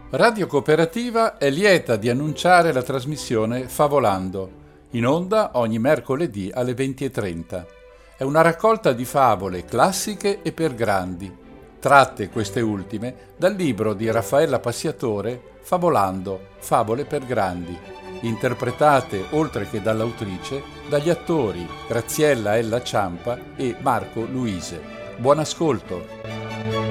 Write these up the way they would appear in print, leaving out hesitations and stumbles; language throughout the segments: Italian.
Radio Cooperativa è lieta di annunciare la trasmissione Favolando, in onda ogni mercoledì alle 20:30. È una raccolta di favole classiche e per grandi, tratte queste ultime dal libro di Raffaella Passiatore Favolando, favole per grandi, interpretate, oltre che dall'autrice, dagli attori Graziella Ella Ciampa e Marco Luise. Buon ascolto!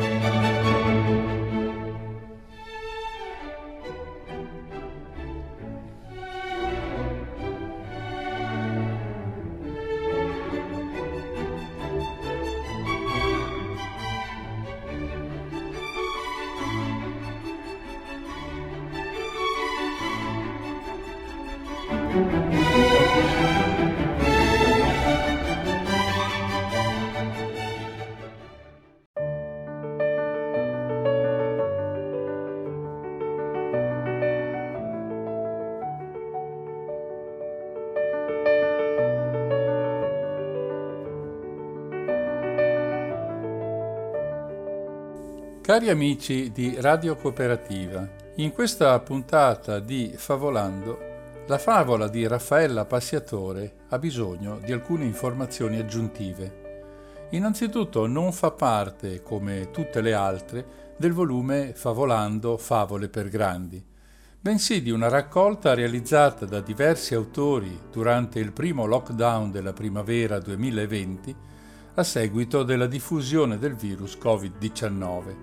Cari amici di Radio Cooperativa, in questa puntata di Favolando, la favola di Raffaella Passiatore ha bisogno di alcune informazioni aggiuntive. Innanzitutto non fa parte, come tutte le altre, del volume Favolando, favole per grandi, bensì di una raccolta realizzata da diversi autori durante il primo lockdown della primavera 2020 a seguito della diffusione del virus Covid-19.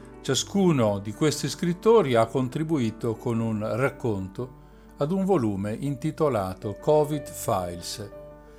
Ciascuno di questi scrittori ha contribuito con un racconto ad un volume intitolato Covid Files.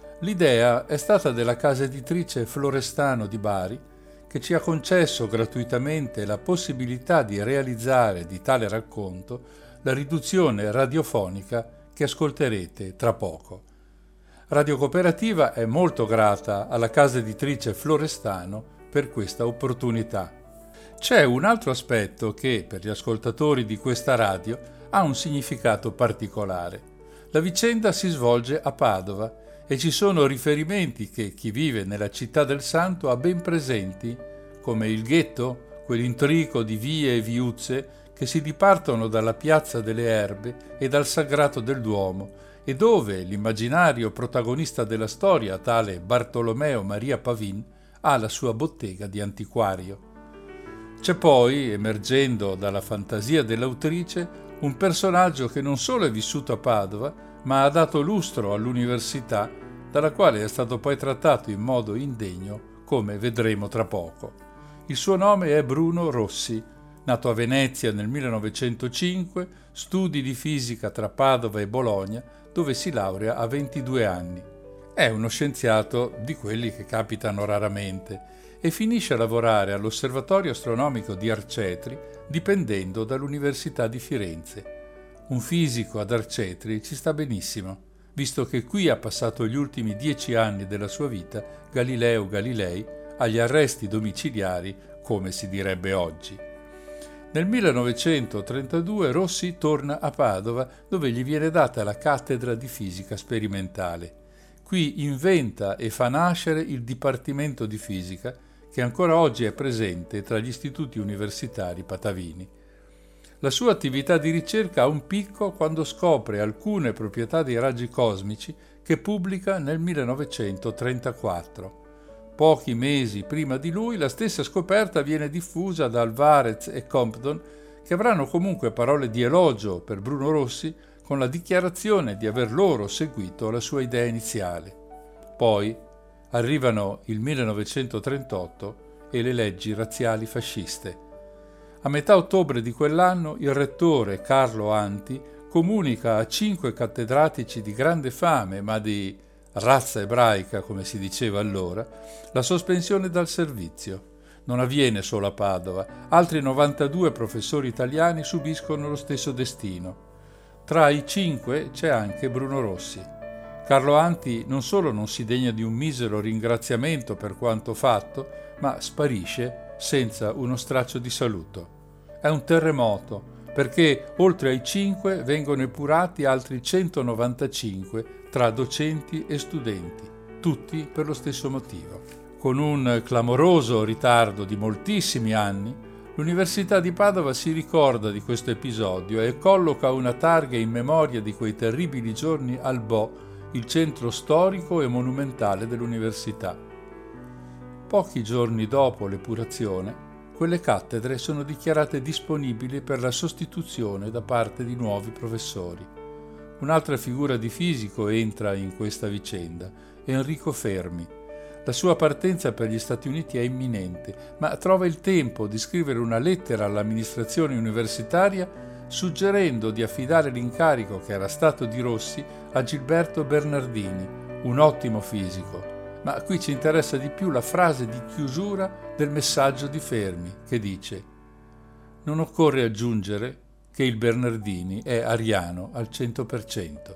L'idea è stata della casa editrice Florestano di Bari, che ci ha concesso gratuitamente la possibilità di realizzare di tale racconto la riduzione radiofonica che ascolterete tra poco. Radio Cooperativa è molto grata alla casa editrice Florestano per questa opportunità. C'è un altro aspetto che, per gli ascoltatori di questa radio, ha un significato particolare. La vicenda si svolge a Padova e ci sono riferimenti che chi vive nella città del Santo ha ben presenti, come il ghetto, quell'intrico di vie e viuzze che si dipartono dalla Piazza delle Erbe e dal Sagrato del Duomo, e dove l'immaginario protagonista della storia, tale Bartolomeo Maria Pavin, ha la sua bottega di antiquario. C'è poi, emergendo dalla fantasia dell'autrice, un personaggio che non solo è vissuto a Padova, ma ha dato lustro all'università, dalla quale è stato poi trattato in modo indegno, come vedremo tra poco. Il suo nome è Bruno Rossi, nato a Venezia nel 1905, studi di fisica tra Padova e Bologna, dove si laurea a 22 anni. È uno scienziato di quelli che capitano raramente, e finisce a lavorare all'Osservatorio Astronomico di Arcetri, dipendendo dall'Università di Firenze. Un fisico ad Arcetri ci sta benissimo, visto che qui ha passato gli ultimi 10 anni della sua vita Galileo Galilei agli arresti domiciliari, come si direbbe oggi. Nel 1932 Rossi torna a Padova, dove gli viene data la cattedra di fisica sperimentale. Qui inventa e fa nascere il Dipartimento di Fisica, che ancora oggi è presente tra gli istituti universitari patavini. La sua attività di ricerca ha un picco quando scopre alcune proprietà dei raggi cosmici che pubblica nel 1934. Pochi mesi prima di lui la stessa scoperta viene diffusa da Alvarez e Compton, che avranno comunque parole di elogio per Bruno Rossi con la dichiarazione di aver loro seguito la sua idea iniziale. Poi arrivano il 1938 e le leggi razziali fasciste. A metà ottobre di quell'anno il rettore Carlo Anti comunica a 5 cattedratici di grande fame, ma di razza ebraica, come si diceva allora, la sospensione dal servizio. Non avviene solo a Padova, altri 92 professori italiani subiscono lo stesso destino. Tra i 5 c'è anche Bruno Rossi. Carlo Anti non solo non si degna di un misero ringraziamento per quanto fatto, ma sparisce senza uno straccio di saluto. È un terremoto, perché oltre ai 5 vengono epurati altri 195 tra docenti e studenti, tutti per lo stesso motivo. Con un clamoroso ritardo di moltissimi anni, L'Università di Padova si ricorda di questo episodio e colloca una targa in memoria di quei terribili giorni al Bo, il centro storico e monumentale dell'università. Pochi giorni dopo l'epurazione, quelle cattedre sono dichiarate disponibili per la sostituzione da parte di nuovi professori. Un'altra figura di fisico entra in questa vicenda, Enrico Fermi. La sua partenza per gli Stati Uniti è imminente, ma trova il tempo di scrivere una lettera all'amministrazione universitaria suggerendo di affidare l'incarico che era stato di Rossi a Gilberto Bernardini, un ottimo fisico. Ma qui ci interessa di più la frase di chiusura del messaggio di Fermi, che dice: «Non occorre aggiungere che il Bernardini è ariano al 100%.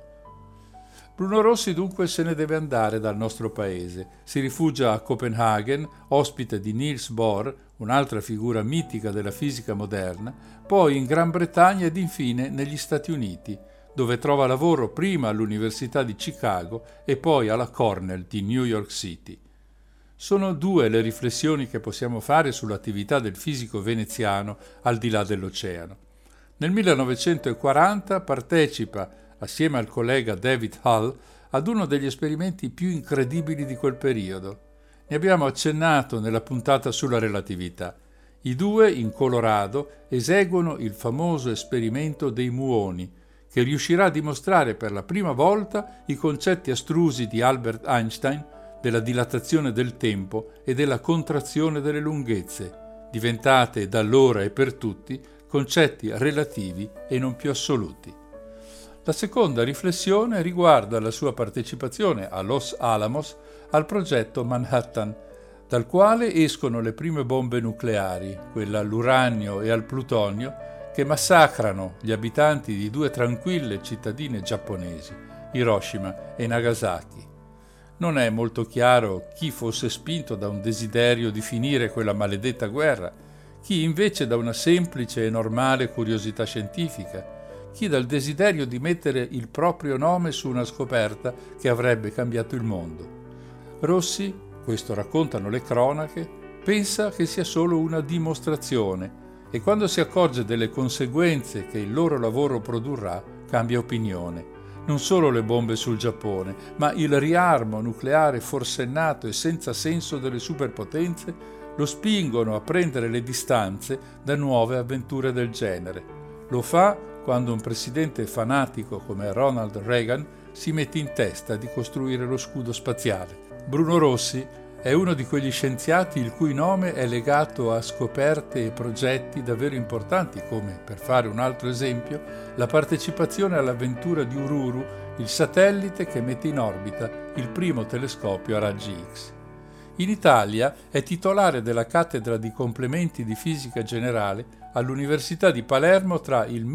Bruno Rossi dunque se ne deve andare dal nostro paese, si rifugia a Copenaghen, ospite di Niels Bohr, un'altra figura mitica della fisica moderna, poi in Gran Bretagna ed infine negli Stati Uniti, dove trova lavoro prima all'Università di Chicago e poi alla Cornell di New York City. Sono due le riflessioni che possiamo fare sull'attività del fisico veneziano al di là dell'oceano. Nel 1940 partecipa, assieme al collega David Hull, ad uno degli esperimenti più incredibili di quel periodo. Ne abbiamo accennato nella puntata sulla relatività. I due, in Colorado, eseguono il famoso esperimento dei muoni, che riuscirà a dimostrare per la prima volta i concetti astrusi di Albert Einstein della dilatazione del tempo e della contrazione delle lunghezze, diventate da allora e per tutti concetti relativi e non più assoluti. La seconda riflessione riguarda la sua partecipazione a Los Alamos al progetto Manhattan, dal quale escono le prime bombe nucleari, quella all'uranio e al plutonio, che massacrano gli abitanti di due tranquille cittadine giapponesi, Hiroshima e Nagasaki. Non è molto chiaro chi fosse spinto da un desiderio di finire quella maledetta guerra, chi invece da una semplice e normale curiosità scientifica, chi dal desiderio di mettere il proprio nome su una scoperta che avrebbe cambiato il mondo. Rossi, questo raccontano le cronache, pensa che sia solo una dimostrazione e quando si accorge delle conseguenze che il loro lavoro produrrà, cambia opinione. Non solo le bombe sul Giappone, ma il riarmo nucleare forsennato e senza senso delle superpotenze lo spingono a prendere le distanze da nuove avventure del genere. Lo fa quando un presidente fanatico come Ronald Reagan si mette in testa di costruire lo scudo spaziale. Bruno Rossi è uno di quegli scienziati il cui nome è legato a scoperte e progetti davvero importanti, come, per fare un altro esempio, la partecipazione all'avventura di Ururu, il satellite che mette in orbita il primo telescopio a raggi X. In Italia è titolare della cattedra di complementi di fisica generale all'Università di Palermo tra il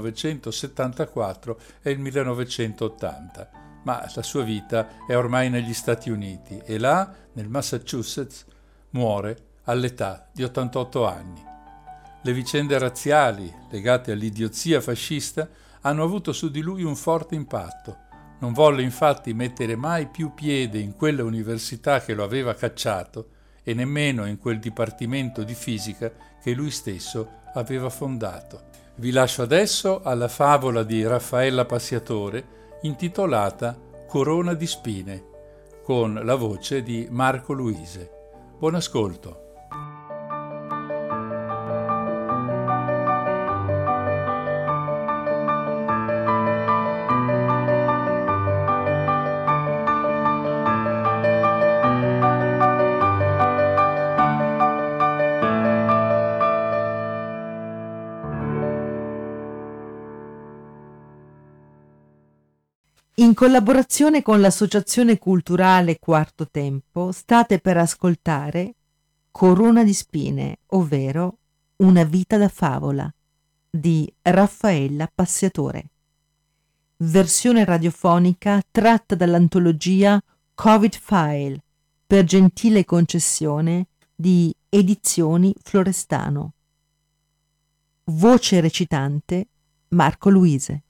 1974 e il 1980. Ma la sua vita è ormai negli Stati Uniti e là, nel Massachusetts, muore all'età di 88 anni. Le vicende razziali legate all'idiozia fascista hanno avuto su di lui un forte impatto. Non volle infatti mettere mai più piede in quella università che lo aveva cacciato e nemmeno in quel dipartimento di fisica che lui stesso aveva fondato. Vi lascio adesso alla favola di Raffaella Passiatore intitolata Corona di spine, con la voce di Marco Luise. Buon ascolto. In collaborazione con l'Associazione Culturale Quarto Tempo state per ascoltare Corona di spine, ovvero Una vita da favola, di Raffaella Passiatore. Versione radiofonica tratta dall'antologia Covid File, per gentile concessione di Edizioni Florestano. Voce recitante Marco Luise.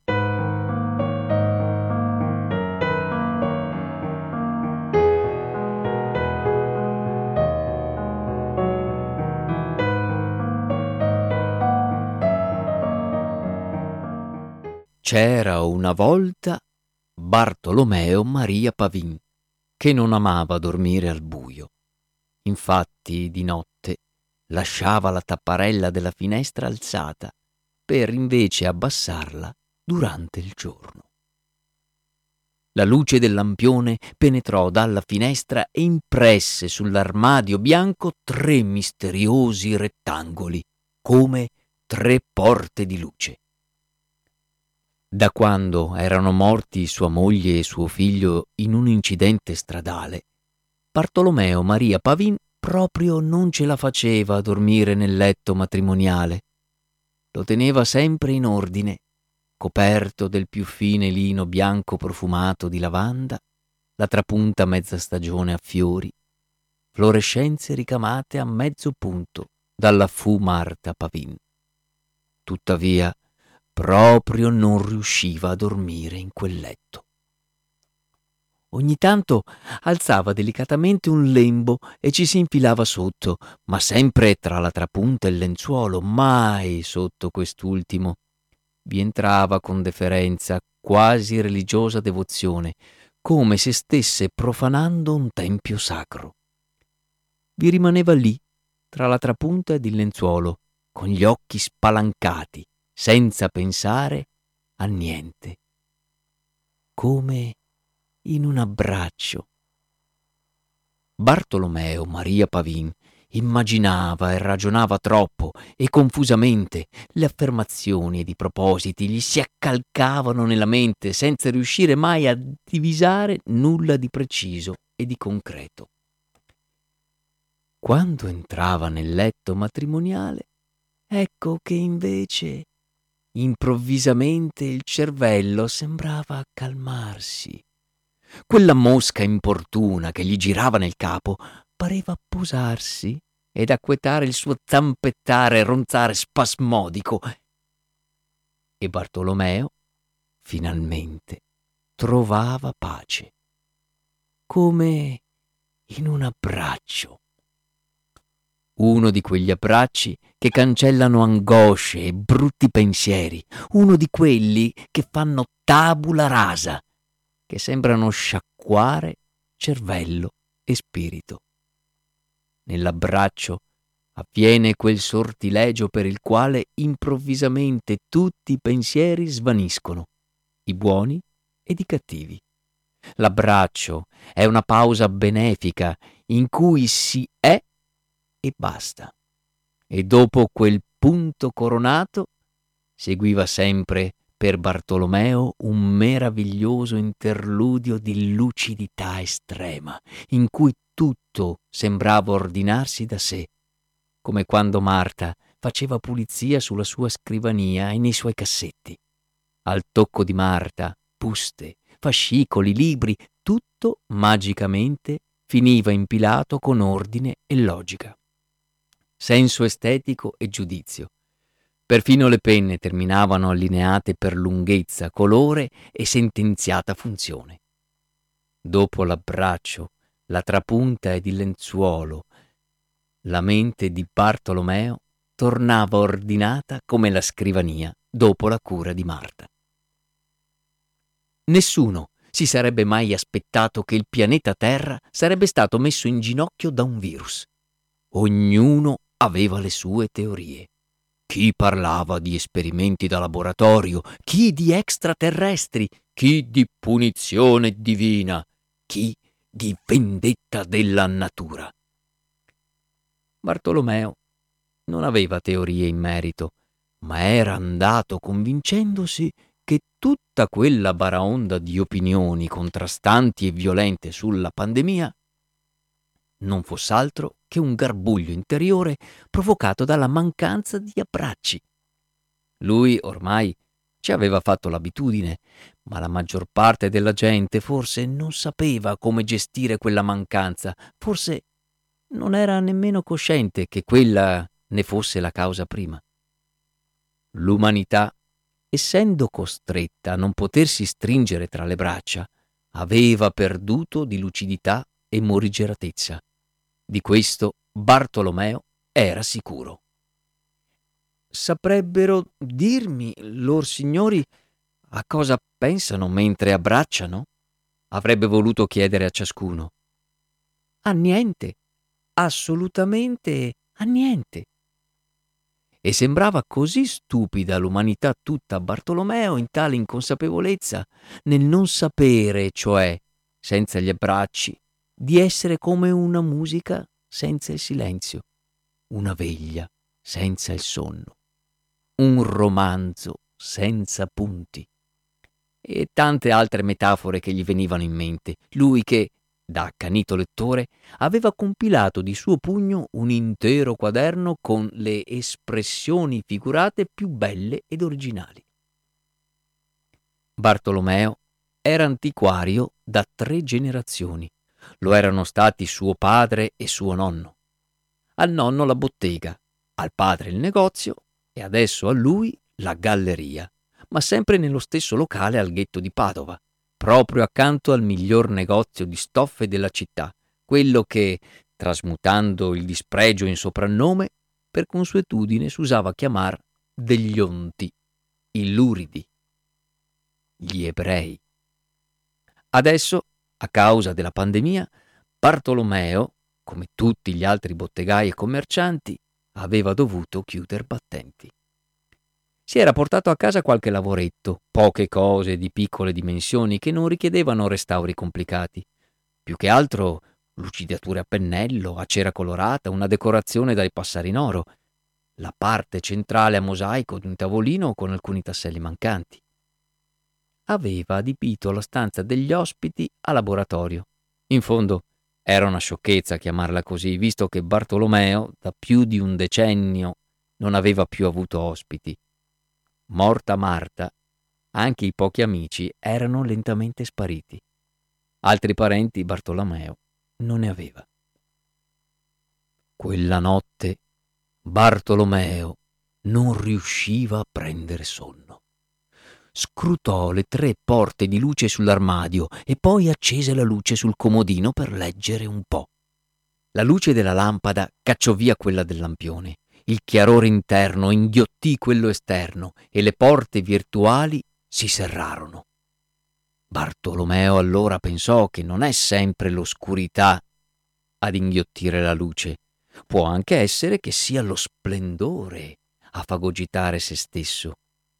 C'era una volta Bartolomeo Maria Pavin, che non amava dormire al buio. Infatti, di notte lasciava la tapparella della finestra alzata per invece abbassarla durante il giorno. La luce del lampione penetrò dalla finestra e impresse sull'armadio bianco 3 misteriosi rettangoli, come 3 porte di luce. Da quando erano morti sua moglie e suo figlio in un incidente stradale, Bartolomeo Maria Pavin proprio non ce la faceva a dormire nel letto matrimoniale. Lo teneva sempre in ordine, coperto del più fine lino bianco profumato di lavanda, la trapunta mezza stagione a fiori, fluorescenze ricamate a mezzo punto dalla fu Marta Pavin. Tuttavia, proprio non riusciva a dormire in quel letto. Ogni tanto alzava delicatamente un lembo e ci si infilava sotto, ma sempre tra la trapunta e il lenzuolo, mai sotto quest'ultimo. Vi entrava con deferenza, quasi religiosa devozione, come se stesse profanando un tempio sacro. Vi rimaneva lì, tra la trapunta ed il lenzuolo, con gli occhi spalancati, senza pensare a niente, come in un abbraccio. Bartolomeo Maria Pavin immaginava e ragionava troppo e confusamente. Le affermazioni ed i propositi gli si accalcavano nella mente senza riuscire mai a divisare nulla di preciso e di concreto. Quando entrava nel letto matrimoniale, ecco che invece improvvisamente il cervello sembrava calmarsi. Quella mosca importuna che gli girava nel capo pareva posarsi ed acquetare il suo zampettare e ronzare spasmodico. E Bartolomeo finalmente trovava pace, come in un abbraccio. Uno di quegli abbracci che cancellano angosce e brutti pensieri, uno di quelli che fanno tabula rasa, che sembrano sciacquare cervello e spirito. Nell'abbraccio avviene quel sortilegio per il quale improvvisamente tutti i pensieri svaniscono, i buoni ed i cattivi. L'abbraccio è una pausa benefica in cui si è e basta. E dopo quel punto coronato seguiva sempre per Bartolomeo un meraviglioso interludio di lucidità estrema, in cui tutto sembrava ordinarsi da sé, come quando Marta faceva pulizia sulla sua scrivania e nei suoi cassetti. Al tocco di Marta, buste, fascicoli, libri, tutto magicamente finiva impilato con ordine e logica, senso estetico e giudizio. Perfino le penne terminavano allineate per lunghezza, colore e sentenziata funzione. Dopo l'abbraccio, la trapunta ed il lenzuolo, la mente di Bartolomeo tornava ordinata come la scrivania dopo la cura di Marta. Nessuno si sarebbe mai aspettato che il pianeta Terra sarebbe stato messo in ginocchio da un virus. Ognuno aveva le sue teorie. Chi parlava di esperimenti da laboratorio, chi di extraterrestri, chi di punizione divina, chi di vendetta della natura. Bartolomeo non aveva teorie in merito, ma era andato convincendosi che tutta quella baraonda di opinioni contrastanti e violente sulla pandemia non fosse altro che un garbuglio interiore provocato dalla mancanza di abbracci. Lui ormai ci aveva fatto l'abitudine, ma la maggior parte della gente forse non sapeva come gestire quella mancanza, forse non era nemmeno cosciente che quella ne fosse la causa prima. L'umanità, essendo costretta a non potersi stringere tra le braccia, aveva perduto di lucidità e morigeratezza. Di questo Bartolomeo era sicuro. Saprebbero dirmi, lor signori, A cosa pensano mentre abbracciano? Avrebbe voluto chiedere a ciascuno. A niente, assolutamente a niente. E sembrava così stupida l'umanità tutta a Bartolomeo in tale inconsapevolezza, nel non sapere, cioè, senza gli abbracci, di essere come una musica senza il silenzio, una veglia senza il sonno, un romanzo senza punti e tante altre metafore che gli venivano in mente. Lui che, da accanito lettore, aveva compilato di suo pugno un intero quaderno con le espressioni figurate più belle ed originali. Bartolomeo era antiquario da 3 generazioni. Lo erano stati suo padre e suo nonno. Al nonno la bottega, al padre il negozio e adesso a lui la galleria, ma sempre nello stesso locale al ghetto di Padova, proprio accanto al miglior negozio di stoffe della città, quello che, trasmutando il dispregio in soprannome, per consuetudine s'usava chiamar degli onti, i luridi, gli ebrei. Adesso, a causa della pandemia, Bartolomeo, come tutti gli altri bottegai e commercianti, aveva dovuto chiuder battenti. Si era portato a casa qualche lavoretto, poche cose di piccole dimensioni che non richiedevano restauri complicati. Più che altro lucidature a pennello, a cera colorata, una decorazione dai passari in oro, la parte centrale a mosaico di un tavolino con alcuni tasselli mancanti. Aveva adibito la stanza degli ospiti a laboratorio. In fondo era una sciocchezza chiamarla così, visto che Bartolomeo da più di un decennio non aveva più avuto ospiti. Morta Marta, anche i pochi amici erano lentamente spariti. Altri parenti Bartolomeo non ne aveva. Quella notte Bartolomeo non riusciva a prendere sonno. Scrutò le 3 porte di luce sull'armadio e poi accese la luce sul comodino per leggere un po'. La luce della lampada cacciò via quella del lampione. Il chiarore interno inghiottì quello esterno e le porte virtuali si serrarono. Bartolomeo allora pensò che non è sempre l'oscurità ad inghiottire la luce. Può anche essere che sia lo splendore a fagocitare se stesso.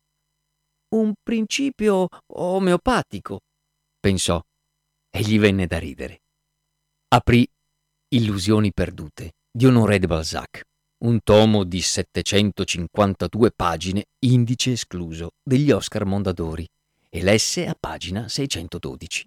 Un principio omeopatico, pensò, e gli venne da ridere. Aprì Illusioni perdute di Honoré de Balzac, un tomo di 752 pagine, indice escluso, degli Oscar Mondadori, e lesse a pagina 612.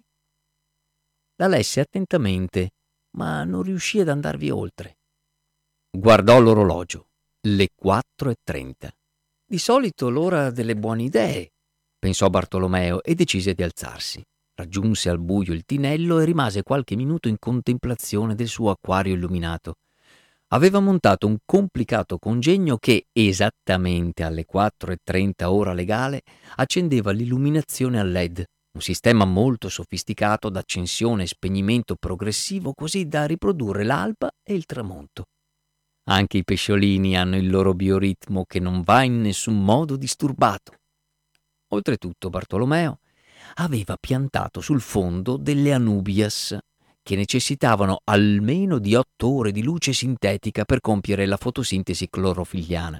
La lesse attentamente, ma non riuscì ad andarvi oltre. Guardò l'orologio, le 4:30. Di solito l'ora delle buone idee, pensò Bartolomeo e decise di alzarsi. Raggiunse al buio il tinello e rimase qualche minuto in contemplazione del suo acquario illuminato. Aveva montato un complicato congegno che, esattamente alle 4:30 ora legale, accendeva l'illuminazione a LED, un sistema molto sofisticato d'accensione e spegnimento progressivo così da riprodurre l'alba e il tramonto. Anche i pesciolini hanno il loro bioritmo che non va in nessun modo disturbato. Oltretutto Bartolomeo aveva piantato sul fondo delle Anubias che necessitavano almeno di 8 ore di luce sintetica per compiere la fotosintesi clorofilliana.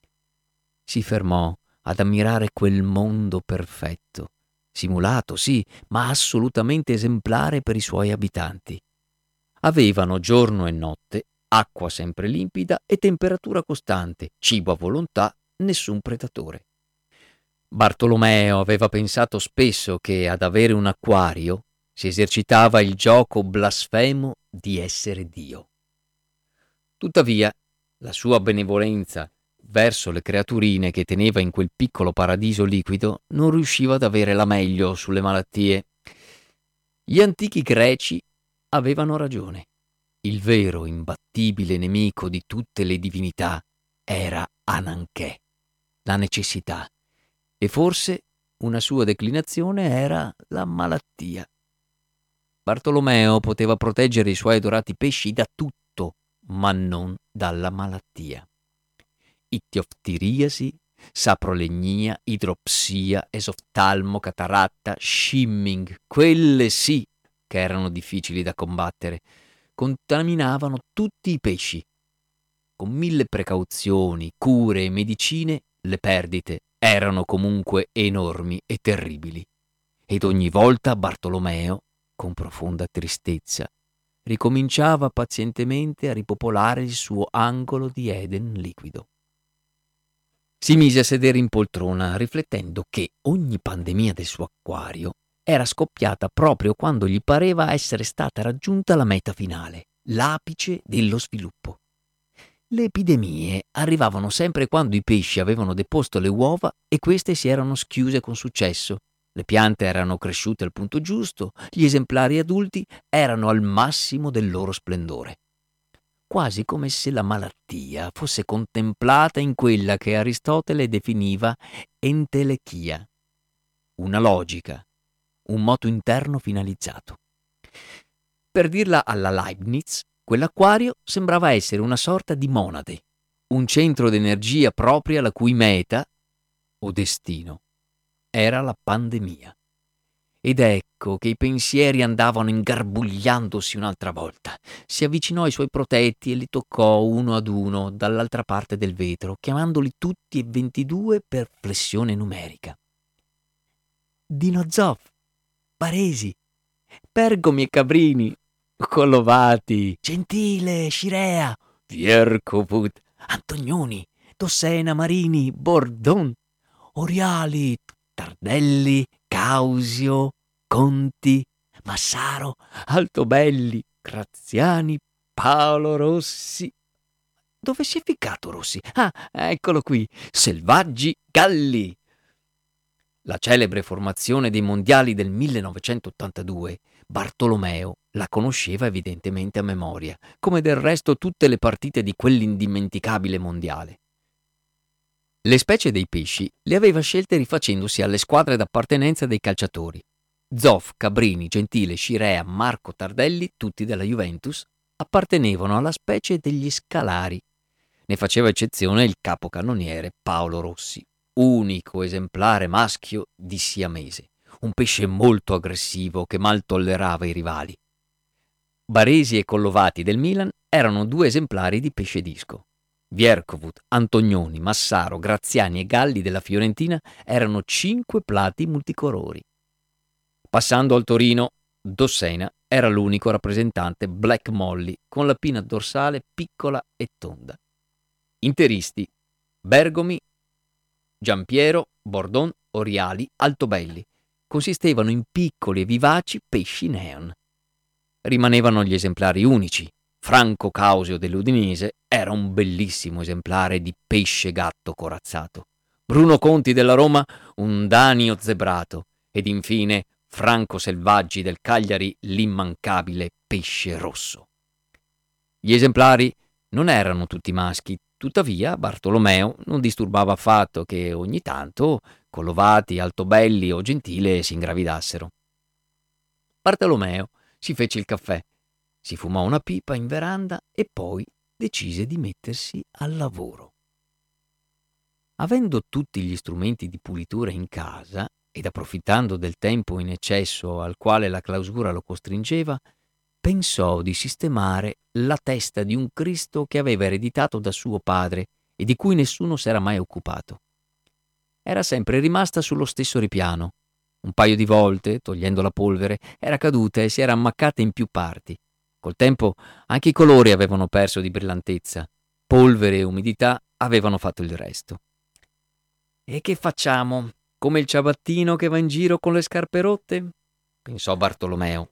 Si fermò ad ammirare quel mondo perfetto, simulato sì, ma assolutamente esemplare per i suoi abitanti. Avevano giorno e notte, acqua sempre limpida e temperatura costante, cibo a volontà, nessun predatore. Bartolomeo aveva pensato spesso che ad avere un acquario si esercitava il gioco blasfemo di essere Dio. Tuttavia, la sua benevolenza verso le creaturine che teneva in quel piccolo paradiso liquido non riusciva ad avere la meglio sulle malattie. Gli antichi greci avevano ragione. Il vero imbattibile nemico di tutte le divinità era Ananché, la necessità, e forse una sua declinazione era la malattia. Bartolomeo poteva proteggere i suoi adorati pesci da tutto, ma non dalla malattia. Ittioftiriasi, saprolegnia, idropsia, esoftalmo, cataratta, shimming, quelle sì che erano difficili da combattere, contaminavano tutti i pesci. Con 1000 precauzioni, cure e medicine, le perdite erano comunque enormi e terribili. Ed ogni volta Bartolomeo, con profonda tristezza, ricominciava pazientemente a ripopolare il suo angolo di Eden liquido. Si mise a sedere in poltrona, riflettendo che ogni pandemia del suo acquario era scoppiata proprio quando gli pareva essere stata raggiunta la meta finale, l'apice dello sviluppo. Le epidemie arrivavano sempre quando i pesci avevano deposto le uova e queste si erano schiuse con successo. Le piante erano cresciute al punto giusto, gli esemplari adulti erano al massimo del loro splendore. Quasi come se la malattia fosse contemplata in quella che Aristotele definiva entelechia, una logica, un moto interno finalizzato. Per dirla alla Leibniz, quell'acquario sembrava essere una sorta di monade, un centro d'energia propria la cui meta, o destino, era la pandemia. Ed ecco che i pensieri andavano ingarbugliandosi un'altra volta. Si avvicinò ai suoi protetti e li toccò uno ad uno dall'altra parte del vetro, chiamandoli tutti e 22 per flessione numerica. Dino Zoff, Baresi, Pergomi e Cabrini, Collovati, Gentile, Scirea, Viercovut, Antonioni, Dossena, Marini, Bordon, Oriali, Tardelli, Causio, Conti, Massaro, Altobelli, Graziani, Paolo Rossi. Dove si è ficcato Rossi? Ah, eccolo qui. Selvaggi Galli. La celebre formazione dei mondiali del 1982, Bartolomeo la conosceva evidentemente a memoria, come del resto tutte le partite di quell'indimenticabile mondiale. Le specie dei pesci le aveva scelte rifacendosi alle squadre d'appartenenza dei calciatori. Zoff, Cabrini, Gentile, Scirea, Marco Tardelli, tutti della Juventus, appartenevano alla specie degli scalari. Ne faceva eccezione il capocannoniere Paolo Rossi, unico esemplare maschio di siamese, un pesce molto aggressivo che mal tollerava i rivali. Baresi e Collovati del Milan erano 2 esemplari di pesce disco. Viercovut, Antonioni, Massaro, Graziani e Galli della Fiorentina erano 5 plati multicolori. Passando al Torino, Dossena era l'unico rappresentante Black Molly con la pinna dorsale piccola e tonda. Interisti: Bergomi, Giampiero, Bordon, Oriali, Altobelli. Consistevano in piccoli e vivaci pesci neon. Rimanevano gli esemplari unici. Franco Causio dell'Udinese era un bellissimo esemplare di pesce gatto corazzato. Bruno Conti della Roma un danio zebrato. Ed infine Franco Selvaggi del Cagliari l'immancabile pesce rosso. Gli esemplari non erano tutti maschi, tuttavia Bartolomeo non disturbava affatto che ogni tanto Collovati, Altobelli o Gentile si ingravidassero. Bartolomeo si fece il caffè, si fumò una pipa in veranda e poi decise di mettersi al lavoro. Avendo tutti gli strumenti di pulitura in casa ed approfittando del tempo in eccesso al quale la clausura lo costringeva, pensò di sistemare la testa di un Cristo che aveva ereditato da suo padre e di cui nessuno s'era mai occupato. Era sempre rimasta sullo stesso ripiano. Un paio di volte, togliendo la polvere, era caduta e si era ammaccata in più parti. Col tempo anche i colori avevano perso di brillantezza. Polvere e umidità avevano fatto il resto. E che facciamo? Come il ciabattino che va in giro con le scarpe rotte? Pensò Bartolomeo.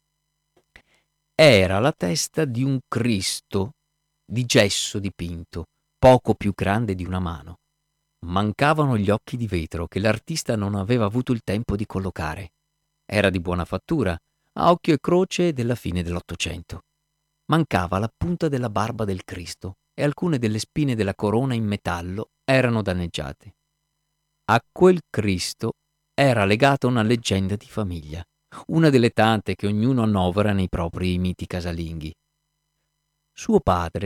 Era la testa di un Cristo di gesso dipinto, poco più grande di una mano. Mancavano gli occhi di vetro che l'artista non aveva avuto il tempo di collocare. Era di buona fattura, a occhio e croce della fine dell'Ottocento. Mancava la punta della barba del Cristo e alcune delle spine della corona in metallo erano danneggiate. A quel Cristo era legata una leggenda di famiglia, una delle tante che ognuno annovera nei propri miti casalinghi. Suo padre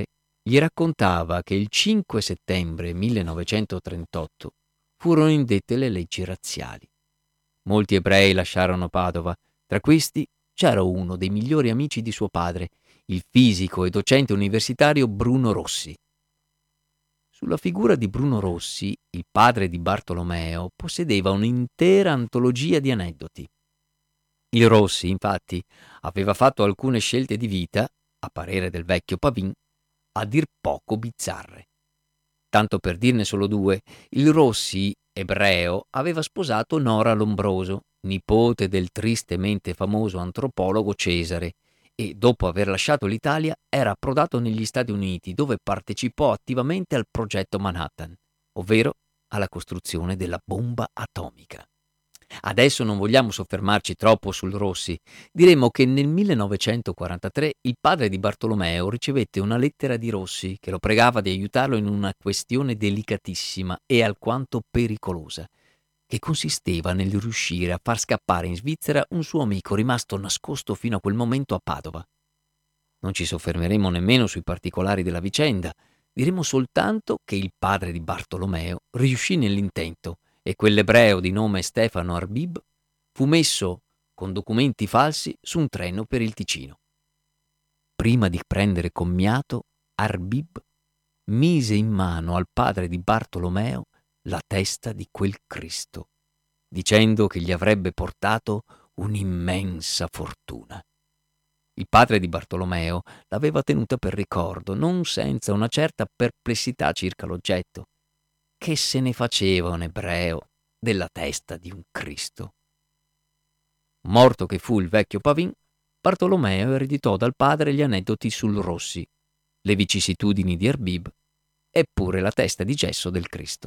gli raccontava che il 5 settembre 1938 furono indette le leggi razziali. Molti ebrei lasciarono Padova, tra questi c'era uno dei migliori amici di suo padre, il fisico e docente universitario Bruno Rossi. Sulla figura di Bruno Rossi, il padre di Bartolomeo, possedeva un'intera antologia di aneddoti. Il Rossi, infatti, aveva fatto alcune scelte di vita, a parere del vecchio Pavin, a dir poco bizzarre. Tanto per dirne solo due, il Rossi, ebreo, aveva sposato Nora Lombroso, nipote del tristemente famoso antropologo Cesare, e dopo aver lasciato l'Italia era approdato negli Stati Uniti, dove partecipò attivamente al progetto Manhattan, ovvero alla costruzione della bomba atomica. Adesso non vogliamo soffermarci troppo sul Rossi. Diremmo che nel 1943 il padre di Bartolomeo ricevette una lettera di Rossi che lo pregava di aiutarlo in una questione delicatissima e alquanto pericolosa, che consisteva nel riuscire a far scappare in Svizzera un suo amico rimasto nascosto fino a quel momento a Padova. Non ci soffermeremo nemmeno sui particolari della vicenda, diremo soltanto che il padre di Bartolomeo riuscì nell'intento e quell'ebreo di nome Stefano Arbib fu messo con documenti falsi su un treno per il Ticino. Prima di prendere commiato, Arbib mise in mano al padre di Bartolomeo la testa di quel Cristo, dicendo che gli avrebbe portato un'immensa fortuna. Il padre di Bartolomeo l'aveva tenuta per ricordo, non senza una certa perplessità circa l'oggetto. Che se ne faceva un ebreo della testa di un Cristo? Morto che fu il vecchio Pavin, Bartolomeo ereditò dal padre gli aneddoti sul Rossi, le vicissitudini di Arbib e pure la testa di gesso del Cristo.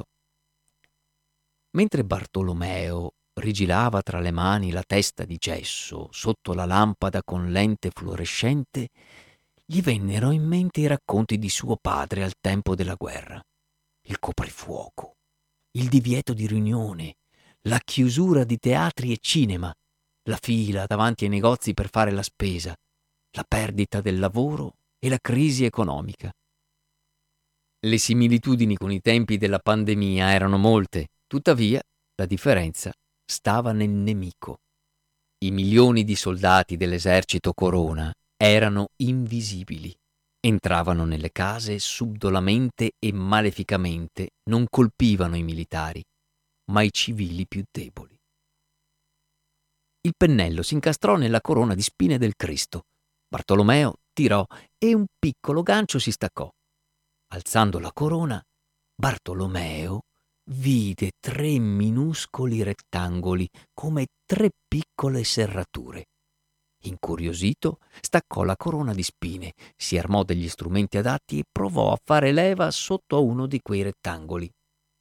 Mentre Bartolomeo rigilava tra le mani la testa di gesso sotto la lampada con lente fluorescente, gli vennero in mente i racconti di suo padre al tempo della guerra. Il coprifuoco, il divieto di riunione, la chiusura di teatri e cinema, la fila davanti ai negozi per fare la spesa, la perdita del lavoro e la crisi economica. Le similitudini con i tempi della pandemia erano molte, tuttavia la differenza stava nel nemico. I milioni di soldati dell'esercito Corona erano invisibili. Entravano nelle case subdolamente e maleficamente, non colpivano i militari, ma i civili più deboli. Il pennello si incastrò nella corona di spine del Cristo. Bartolomeo tirò e un piccolo gancio si staccò. Alzando la corona, Bartolomeo vide 3 minuscoli rettangoli come 3 piccole serrature. Incuriosito, staccò la corona di spine, si armò degli strumenti adatti e provò a fare leva sotto a uno di quei rettangoli.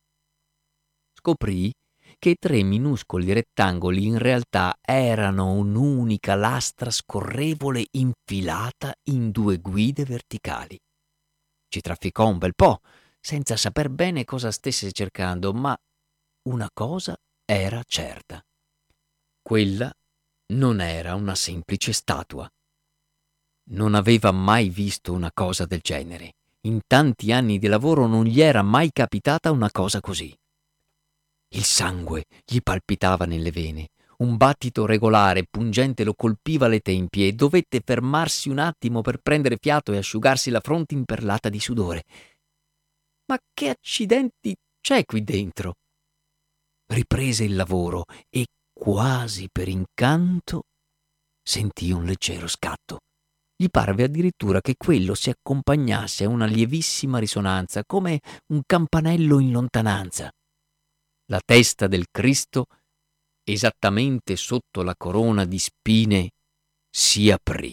Scoprì che 3 minuscoli rettangoli in realtà erano un'unica lastra scorrevole infilata in 2 guide verticali. Ci trafficò un bel po', senza saper bene cosa stesse cercando, ma una cosa era certa. Quella non era una semplice statua. Non aveva mai visto una cosa del genere. In tanti anni di lavoro non gli era mai capitata una cosa così. Il sangue gli palpitava nelle vene. Un battito regolare e pungente lo colpiva le tempie e dovette fermarsi un attimo per prendere fiato e asciugarsi la fronte imperlata di sudore. Ma che accidenti c'è qui dentro? Riprese il lavoro e quasi per incanto sentì un leggero scatto. Gli parve addirittura che quello si accompagnasse a una lievissima risonanza, come un campanello in lontananza. La testa del Cristo, esattamente sotto la corona di spine, si aprì.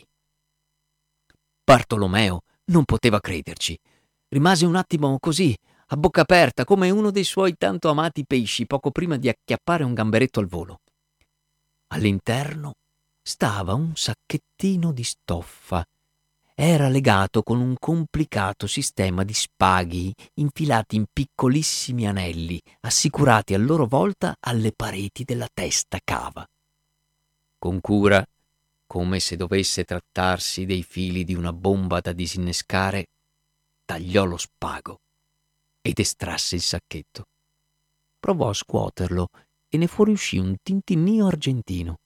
Bartolomeo non poteva crederci. Rimase un attimo così, a bocca aperta, come uno dei suoi tanto amati pesci poco prima di acchiappare un gamberetto al volo. All'interno stava un sacchettino di stoffa. Era legato con un complicato sistema di spaghi infilati in piccolissimi anelli, assicurati a loro volta alle pareti della testa cava. Con cura, come se dovesse trattarsi dei fili di una bomba da disinnescare, tagliò lo spago ed estrasse il sacchetto. Provò a scuoterlo e ne fuoriuscì un tintinnio argentino.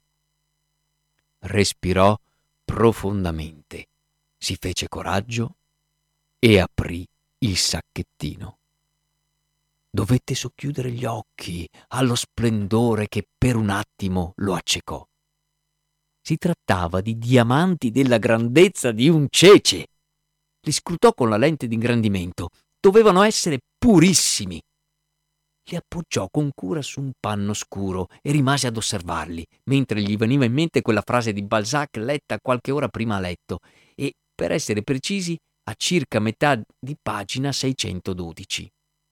Respirò profondamente, si fece coraggio e aprì il sacchettino. Dovette socchiudere gli occhi allo splendore che per un attimo lo accecò. Si trattava di diamanti della grandezza di un cece. Li scrutò con la lente d'ingrandimento. Dovevano essere purissimi. Li appoggiò con cura su un panno scuro e rimase ad osservarli, mentre gli veniva in mente quella frase di Balzac letta qualche ora prima a letto e, per essere precisi, a circa metà di pagina 612.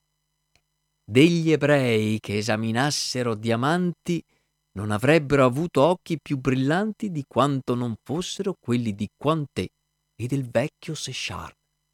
Degli ebrei che esaminassero diamanti non avrebbero avuto occhi più brillanti di quanto non fossero quelli di Cointet e del vecchio Séchard.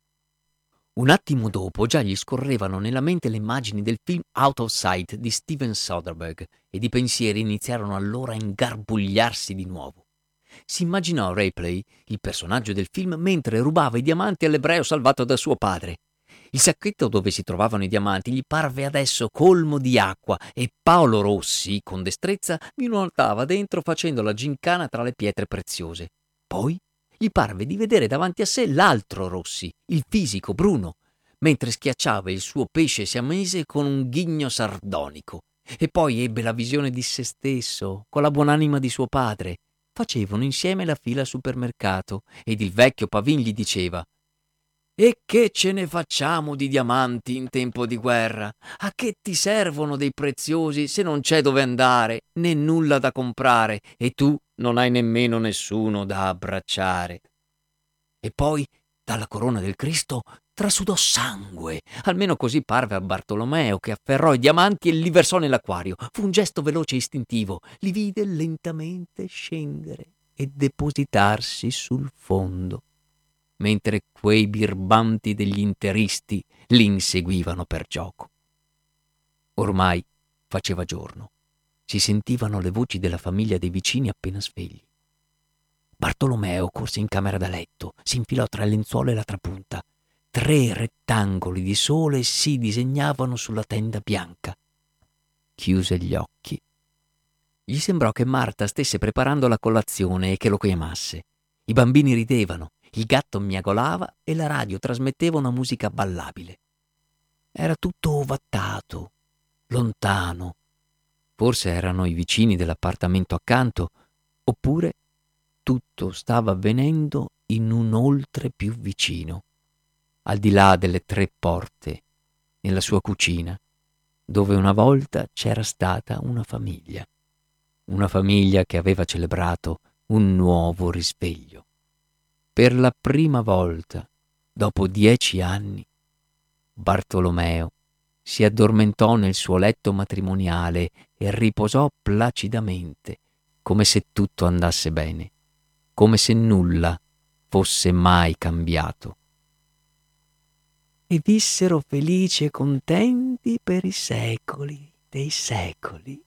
Un attimo dopo già gli scorrevano nella mente le immagini del film Out of Sight di Steven Soderbergh ed i pensieri iniziarono allora a ingarbugliarsi di nuovo. Si immaginò Ripley, il personaggio del film, mentre rubava i diamanti all'ebreo salvato da suo padre. Il sacchetto dove si trovavano i diamanti gli parve adesso colmo di acqua e Paolo Rossi, con destrezza, vi nuotava dentro facendo la gincana tra le pietre preziose. Poi gli parve di vedere davanti a sé l'altro Rossi, il fisico Bruno, mentre schiacciava il suo pesce siamese con un ghigno sardonico. E poi ebbe la visione di se stesso, con la buonanima di suo padre. Facevano insieme la fila al supermercato ed il vecchio Pavin gli diceva: «E che ce ne facciamo di diamanti in tempo di guerra? A che ti servono dei preziosi se non c'è dove andare, né nulla da comprare, e tu non hai nemmeno nessuno da abbracciare?» E poi, dalla corona del Cristo, trasudò sangue. Almeno così parve a Bartolomeo, che afferrò i diamanti e li versò nell'acquario. Fu un gesto veloce e istintivo. Li vide lentamente scendere e depositarsi sul fondo, mentre quei birbanti degli interisti li inseguivano per gioco. Ormai faceva giorno. Si sentivano le voci della famiglia dei vicini appena svegli. Bartolomeo corse in camera da letto, si infilò tra il lenzuolo e la trapunta. 3 rettangoli di sole si disegnavano sulla tenda bianca. Chiuse gli occhi. Gli sembrò che Marta stesse preparando la colazione e che lo chiamasse. I bambini ridevano, il gatto miagolava e la radio trasmetteva una musica ballabile. Era tutto ovattato, lontano. Forse erano i vicini dell'appartamento accanto, oppure tutto stava avvenendo in un oltre più vicino, al di là delle 3 porte, nella sua cucina, dove una volta c'era stata una famiglia che aveva celebrato un nuovo risveglio. Per la prima volta, dopo 10 anni, Bartolomeo si addormentò nel suo letto matrimoniale e riposò placidamente, come se tutto andasse bene, come se nulla fosse mai cambiato. E vissero felici e contenti per i secoli dei secoli.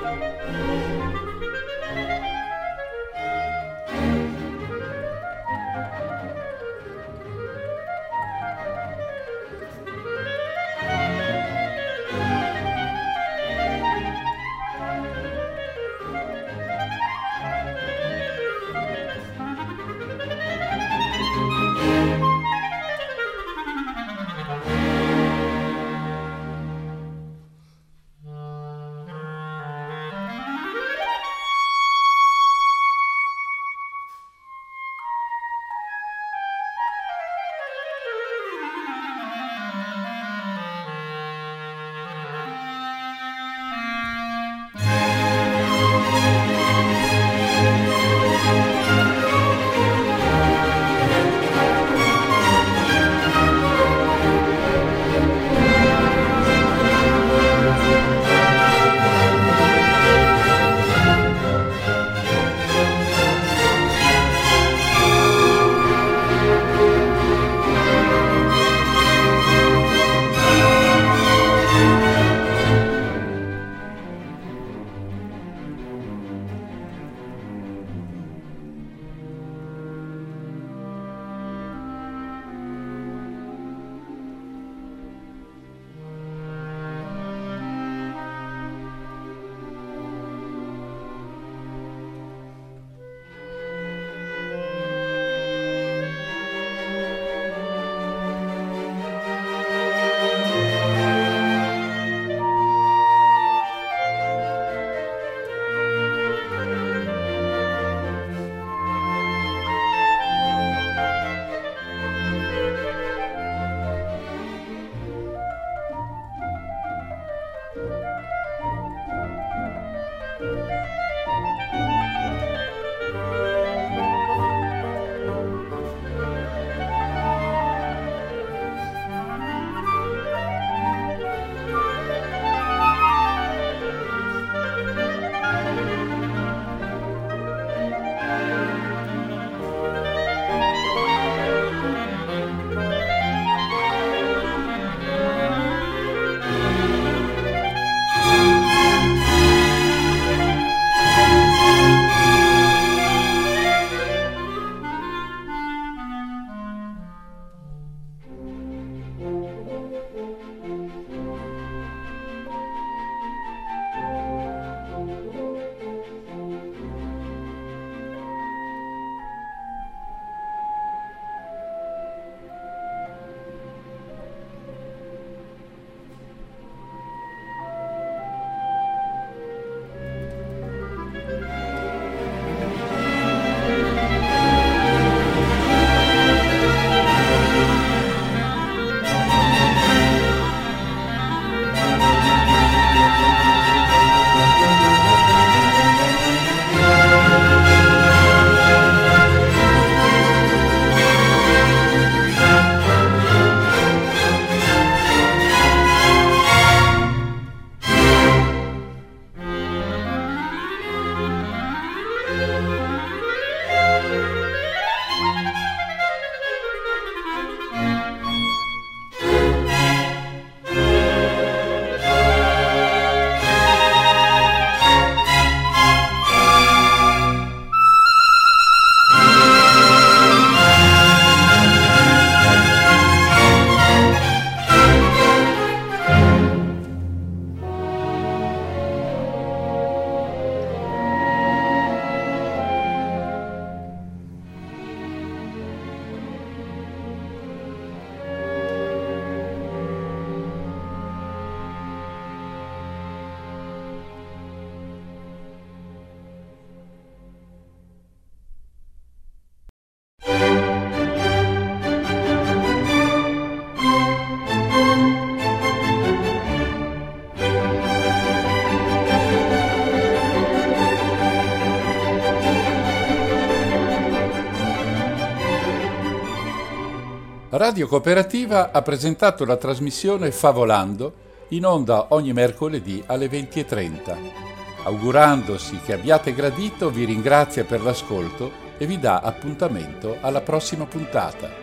Radio Cooperativa ha presentato la trasmissione Favolando, in onda ogni mercoledì alle 20:30. Augurandosi che abbiate gradito, vi ringrazia per l'ascolto e vi dà appuntamento alla prossima puntata.